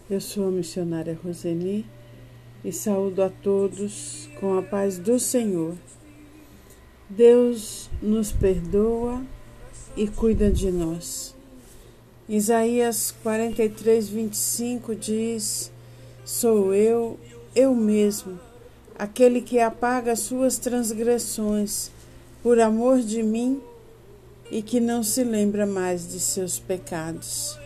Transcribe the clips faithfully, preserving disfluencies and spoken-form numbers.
Eu sou a missionária Roseni e saúdo a todos com a paz do Senhor. Deus nos perdoa e cuida de nós. Isaías quarenta e três, vinte e cinco diz: Sou eu, eu mesmo, aquele que apaga as suas transgressões por amor de mim e que não se lembra mais de seus pecados.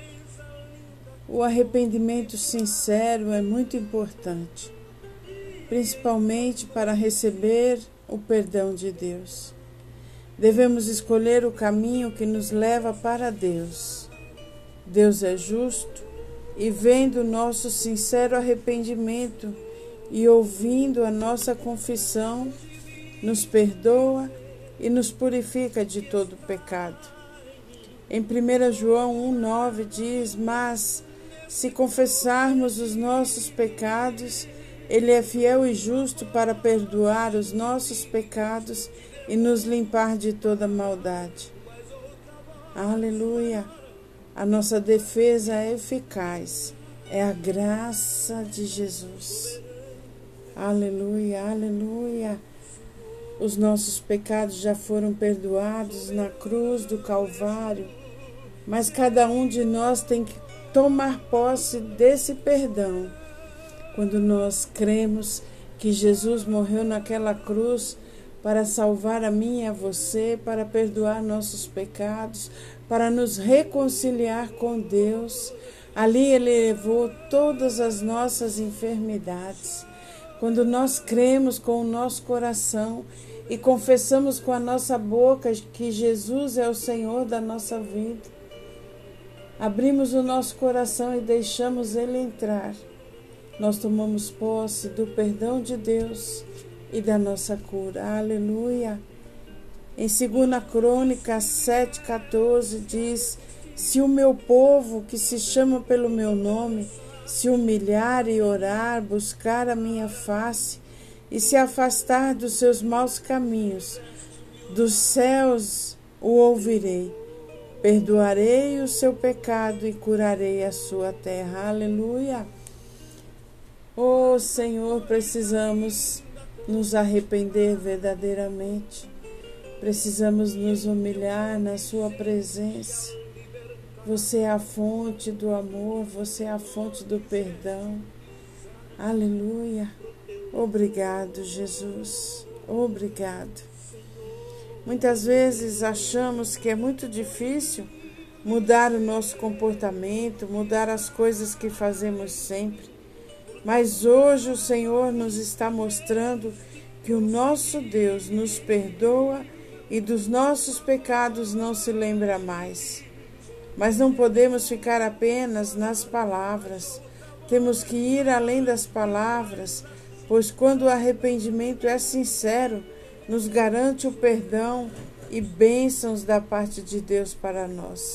O arrependimento sincero é muito importante, principalmente para receber o perdão de Deus. Devemos escolher o caminho que nos leva para Deus. Deus é justo e, vendo o nosso sincero arrependimento e ouvindo a nossa confissão, nos perdoa e nos purifica de todo pecado. Em primeira João um, nove diz: Mas se confessarmos os nossos pecados, Ele é fiel e justo para perdoar os nossos pecados e nos limpar de toda maldade. Aleluia! A nossa defesa é eficaz, é a graça de Jesus. Aleluia, aleluia! Os nossos pecados já foram perdoados na cruz do Calvário, mas cada um de nós tem que tomar posse desse perdão. Quando nós cremos que Jesus morreu naquela cruz para salvar a mim e a você, para perdoar nossos pecados, para nos reconciliar com Deus, ali Ele levou todas as nossas enfermidades. Quando nós cremos com o nosso coração e confessamos com a nossa boca que Jesus é o Senhor da nossa vida, abrimos o nosso coração e deixamos Ele entrar, nós tomamos posse do perdão de Deus e da nossa cura. Aleluia! Em segunda Crônicas sete, quatorze diz: Se o meu povo, que se chama pelo meu nome, se humilhar e orar, buscar a minha face e se afastar dos seus maus caminhos, dos céus o ouvirei. Perdoarei o seu pecado e curarei a sua terra. Aleluia! Oh, Senhor, precisamos nos arrepender verdadeiramente. Precisamos nos humilhar na sua presença. Você é a fonte do amor, você é a fonte do perdão. Aleluia! Obrigado, Jesus. Obrigado. Muitas vezes achamos que é muito difícil mudar o nosso comportamento, mudar as coisas que fazemos sempre. Mas hoje o Senhor nos está mostrando que o nosso Deus nos perdoa e dos nossos pecados não se lembra mais. Mas não podemos ficar apenas nas palavras. Temos que ir além das palavras, pois quando o arrependimento é sincero, nos garante o perdão e bênçãos da parte de Deus para nós.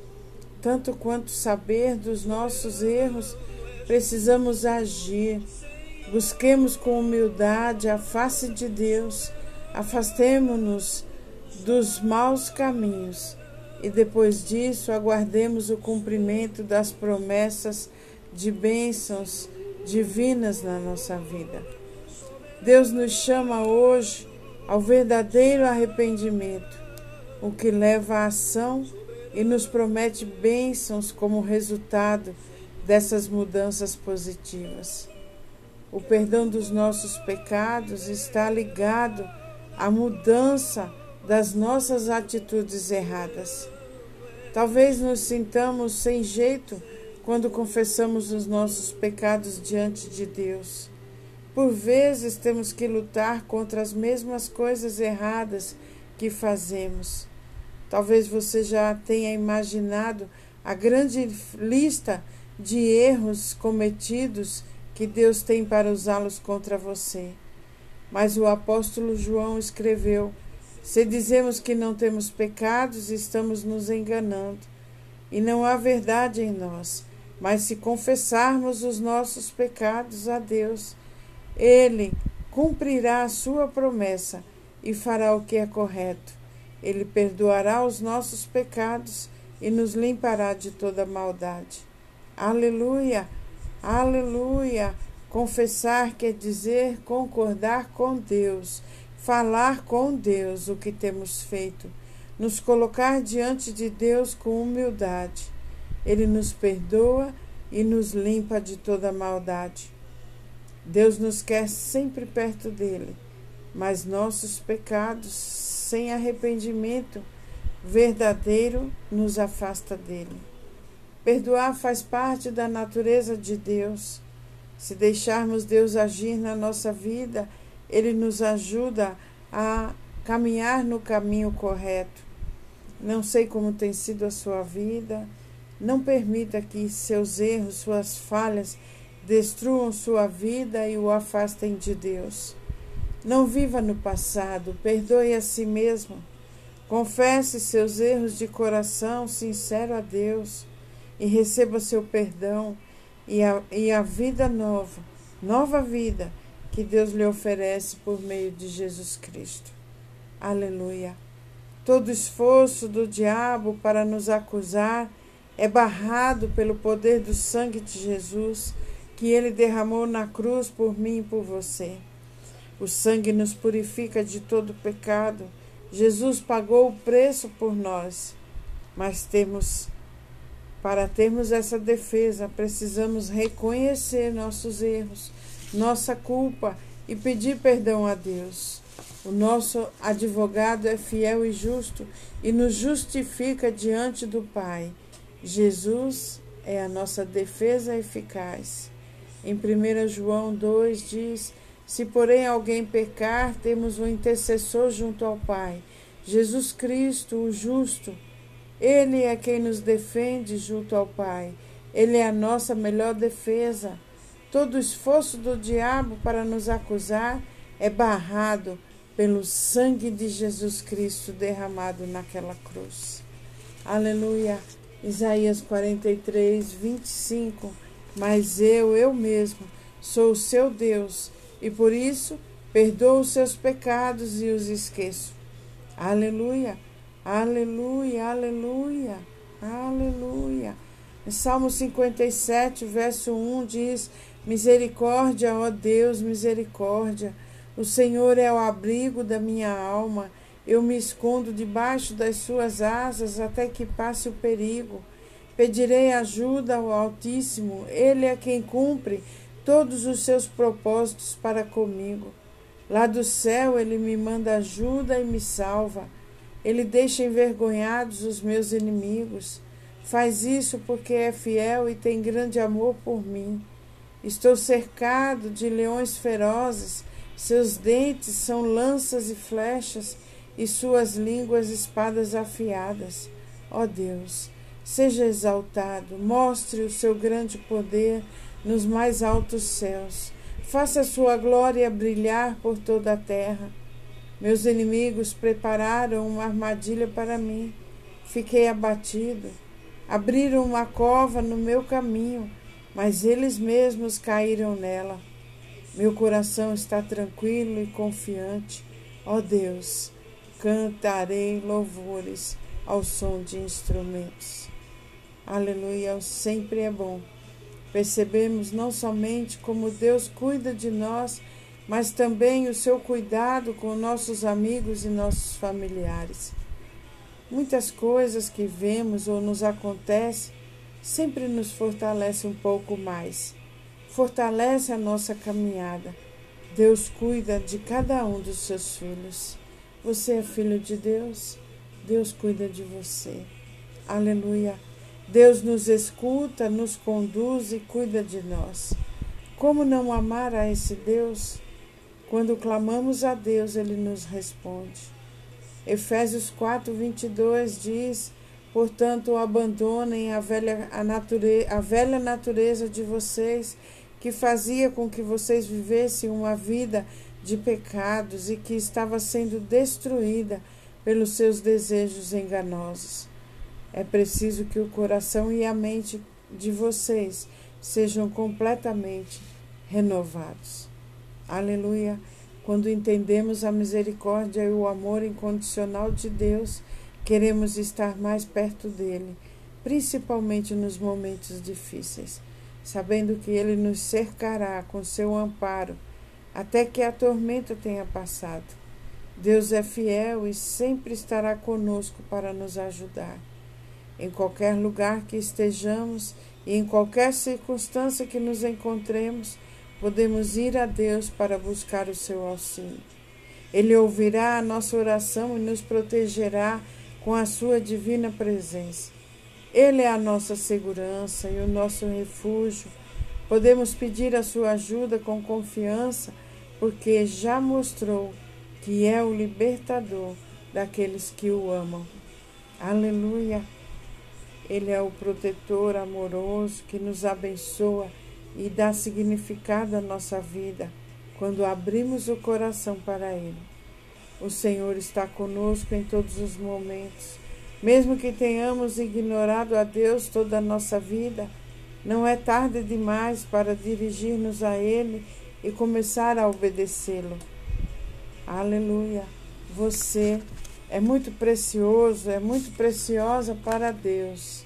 Tanto quanto saber dos nossos erros, precisamos agir. Busquemos com humildade a face de Deus, afastemo-nos dos maus caminhos e depois disso aguardemos o cumprimento das promessas de bênçãos divinas na nossa vida. Deus nos chama hoje ao verdadeiro arrependimento, o que leva à ação e nos promete bênçãos como resultado dessas mudanças positivas. O perdão dos nossos pecados está ligado à mudança das nossas atitudes erradas. Talvez nos sintamos sem jeito quando confessamos os nossos pecados diante de Deus. Por vezes temos que lutar contra as mesmas coisas erradas que fazemos. Talvez você já tenha imaginado a grande lista de erros cometidos que Deus tem para usá-los contra você. Mas o apóstolo João escreveu: se dizemos que não temos pecados, estamos nos enganando, e não há verdade em nós. Mas se confessarmos os nossos pecados a Deus, Ele cumprirá a sua promessa e fará o que é correto. Ele perdoará os nossos pecados e nos limpará de toda maldade. Aleluia! Aleluia! Confessar quer dizer concordar com Deus, falar com Deus o que temos feito, nos colocar diante de Deus com humildade. Ele nos perdoa e nos limpa de toda maldade. Deus nos quer sempre perto dele, mas nossos pecados, sem arrependimento verdadeiro, nos afasta dele. Perdoar faz parte da natureza de Deus. Se deixarmos Deus agir na nossa vida, Ele nos ajuda a caminhar no caminho correto. Não sei como tem sido a sua vida. Não permita que seus erros, suas falhas, destruam sua vida e o afastem de Deus. Não viva no passado, perdoe a si mesmo. Confesse seus erros de coração sincero a Deus e receba seu perdão e a, e a vida nova, nova vida que Deus lhe oferece por meio de Jesus Cristo. Aleluia! Todo esforço do diabo para nos acusar é barrado pelo poder do sangue de Jesus que ele derramou na cruz por mim e por você. O sangue nos purifica de todo pecado. Jesus pagou o preço por nós, mas temos, para termos essa defesa, precisamos reconhecer nossos erros, nossa culpa e pedir perdão a Deus. O nosso advogado é fiel e justo e nos justifica diante do Pai. Jesus é a nossa defesa eficaz. Em primeiro João dois diz: se porém alguém pecar, temos um intercessor junto ao Pai, Jesus Cristo, o justo. Ele é quem nos defende junto ao Pai. Ele é a nossa melhor defesa. Todo esforço do diabo para nos acusar é barrado pelo sangue de Jesus Cristo derramado naquela cruz. Aleluia! Isaías quarenta e três, vinte e cinco. Mas eu, eu mesmo, sou o seu Deus, e por isso perdoo os seus pecados e os esqueço. Aleluia! Aleluia! Aleluia! Aleluia! Salmo cinquenta e sete, verso um diz: misericórdia, ó Deus, misericórdia. O Senhor é o abrigo da minha alma. Eu me escondo debaixo das suas asas até que passe o perigo. Pedirei ajuda ao Altíssimo. Ele é quem cumpre todos os seus propósitos para comigo. Lá do céu ele me manda ajuda e me salva. Ele deixa envergonhados os meus inimigos. Faz isso porque é fiel e tem grande amor por mim. Estou cercado de leões ferozes. Seus dentes são lanças e flechas, e suas línguas espadas afiadas. Ó Deus, seja exaltado, mostre o seu grande poder nos mais altos céus. Faça a sua glória brilhar por toda a terra. Meus inimigos prepararam uma armadilha para mim. Fiquei abatido. Abriram uma cova no meu caminho, mas eles mesmos caíram nela. Meu coração está tranquilo e confiante. Ó Deus, cantarei louvores ao som de instrumentos. Aleluia, sempre é bom. Percebemos não somente como Deus cuida de nós, mas também o seu cuidado com nossos amigos e nossos familiares. Muitas coisas que vemos ou nos acontecem sempre nos fortalece um pouco mais. Fortalece a nossa caminhada. Deus cuida de cada um dos seus filhos. Você é filho de Deus? Deus cuida de você. Aleluia. Deus nos escuta, nos conduz e cuida de nós. Como não amar a esse Deus? Quando clamamos a Deus, Ele nos responde. Efésios quatro, vinte e dois diz: portanto, abandonem a velha, a, nature, a velha natureza de vocês, que fazia com que vocês vivessem uma vida de pecados e que estava sendo destruída pelos seus desejos enganosos. É preciso que o coração e a mente de vocês sejam completamente renovados. Aleluia! Quando entendemos a misericórdia e o amor incondicional de Deus, queremos estar mais perto dele, principalmente nos momentos difíceis. sabendo que Ele nos cercará com seu amparo até que a tormenta tenha passado. Deus é fiel e sempre estará conosco para nos ajudar. Em qualquer lugar que estejamos e em qualquer circunstância que nos encontremos, podemos ir a Deus para buscar o seu auxílio. Ele ouvirá a nossa oração e nos protegerá com a sua divina presença. Ele é a nossa segurança e o nosso refúgio. Podemos pedir a sua ajuda com confiança, porque já mostrou que é o libertador daqueles que o amam. Aleluia! Ele é o protetor amoroso que nos abençoa e dá significado à nossa vida quando abrimos o coração para Ele. O Senhor está conosco em todos os momentos. Mesmo que tenhamos ignorado a Deus toda a nossa vida, não é tarde demais para dirigir-nos a Ele e começar a obedecê-lo. Aleluia! Você é muito precioso, é muito preciosa para Deus.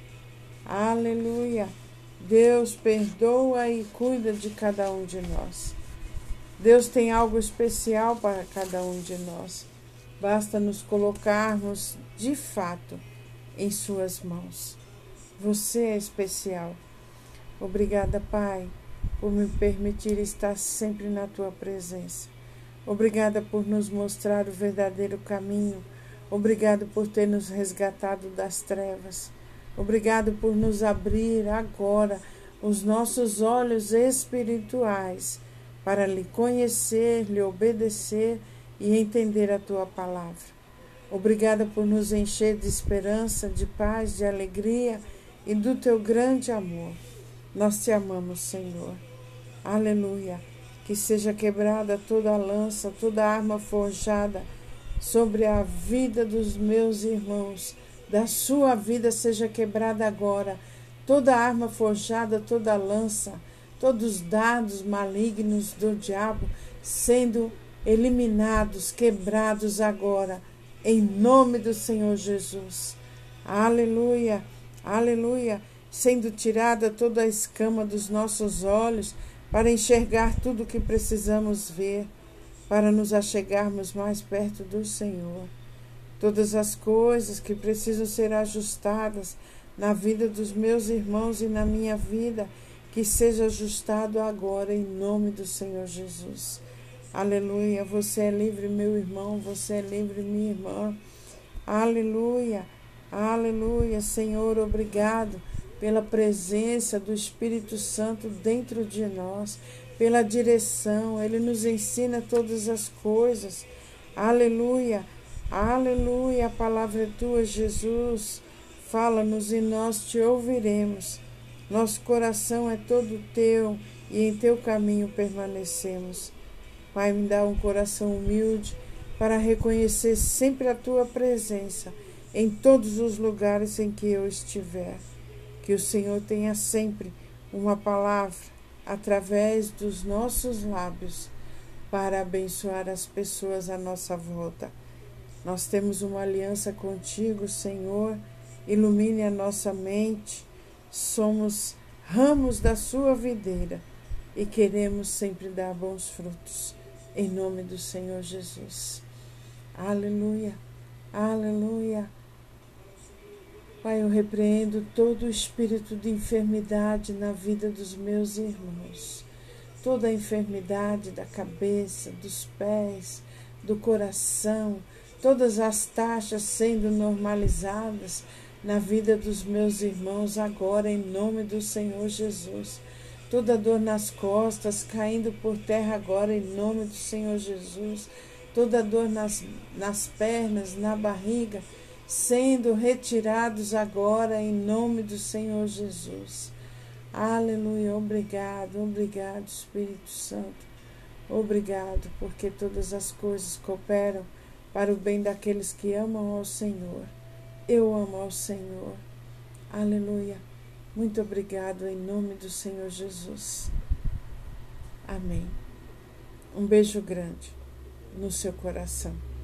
Aleluia! Deus perdoa e cuida de cada um de nós. Deus tem algo especial para cada um de nós. Basta nos colocarmos, de fato, em suas mãos. Você é especial. Obrigada, Pai, por me permitir estar sempre na Tua presença. Obrigada por nos mostrar o verdadeiro caminho. Obrigado por ter nos resgatado das trevas. Obrigado por nos abrir agora os nossos olhos espirituais para lhe conhecer, lhe obedecer e entender a Tua palavra. Obrigada por nos encher de esperança, de paz, de alegria e do Teu grande amor. Nós Te amamos, Senhor. Aleluia. Que seja quebrada toda a lança, toda a arma forjada sobre a vida dos meus irmãos. Da sua vida seja quebrada agora toda a arma forjada, toda a lança, todos os dardos malignos do diabo sendo eliminados, quebrados agora, em nome do Senhor Jesus. Aleluia, aleluia. Sendo tirada toda a escama dos nossos olhos, para enxergar tudo o que precisamos ver, para nos achegarmos mais perto do Senhor. Todas as coisas que precisam ser ajustadas na vida dos meus irmãos e na minha vida, que seja ajustado agora em nome do Senhor Jesus. Aleluia, você é livre, meu irmão, você é livre, minha irmã. Aleluia, aleluia, Senhor, obrigado pela presença do Espírito Santo dentro de nós, pela direção. Ele nos ensina todas as coisas. Aleluia, aleluia, a palavra é Tua, Jesus. Fala-nos e nós Te ouviremos. Nosso coração é todo Teu e em Teu caminho permanecemos. Pai, me dá um coração humilde para reconhecer sempre a Tua presença em todos os lugares em que eu estiver. Que o Senhor tenha sempre uma palavra através dos nossos lábios para abençoar as pessoas à nossa volta. Nós temos uma aliança contigo, Senhor. Ilumine a nossa mente. Somos ramos da sua videira e queremos sempre dar bons frutos. Em nome do Senhor Jesus. Aleluia, aleluia. Pai, eu repreendo todo o espírito de enfermidade na vida dos meus irmãos. Toda a enfermidade da cabeça, dos pés, do coração, todas as taxas sendo normalizadas na vida dos meus irmãos agora, em nome do Senhor Jesus. Toda dor nas costas caindo por terra agora, em nome do Senhor Jesus. Toda dor nas, nas pernas, na barriga, sendo retirados agora em nome do Senhor Jesus. Aleluia, obrigado, obrigado Espírito Santo, obrigado porque todas as coisas cooperam para o bem daqueles que amam ao Senhor. Eu amo ao Senhor, aleluia, muito obrigado em nome do Senhor Jesus. Amém. Um beijo grande no seu coração.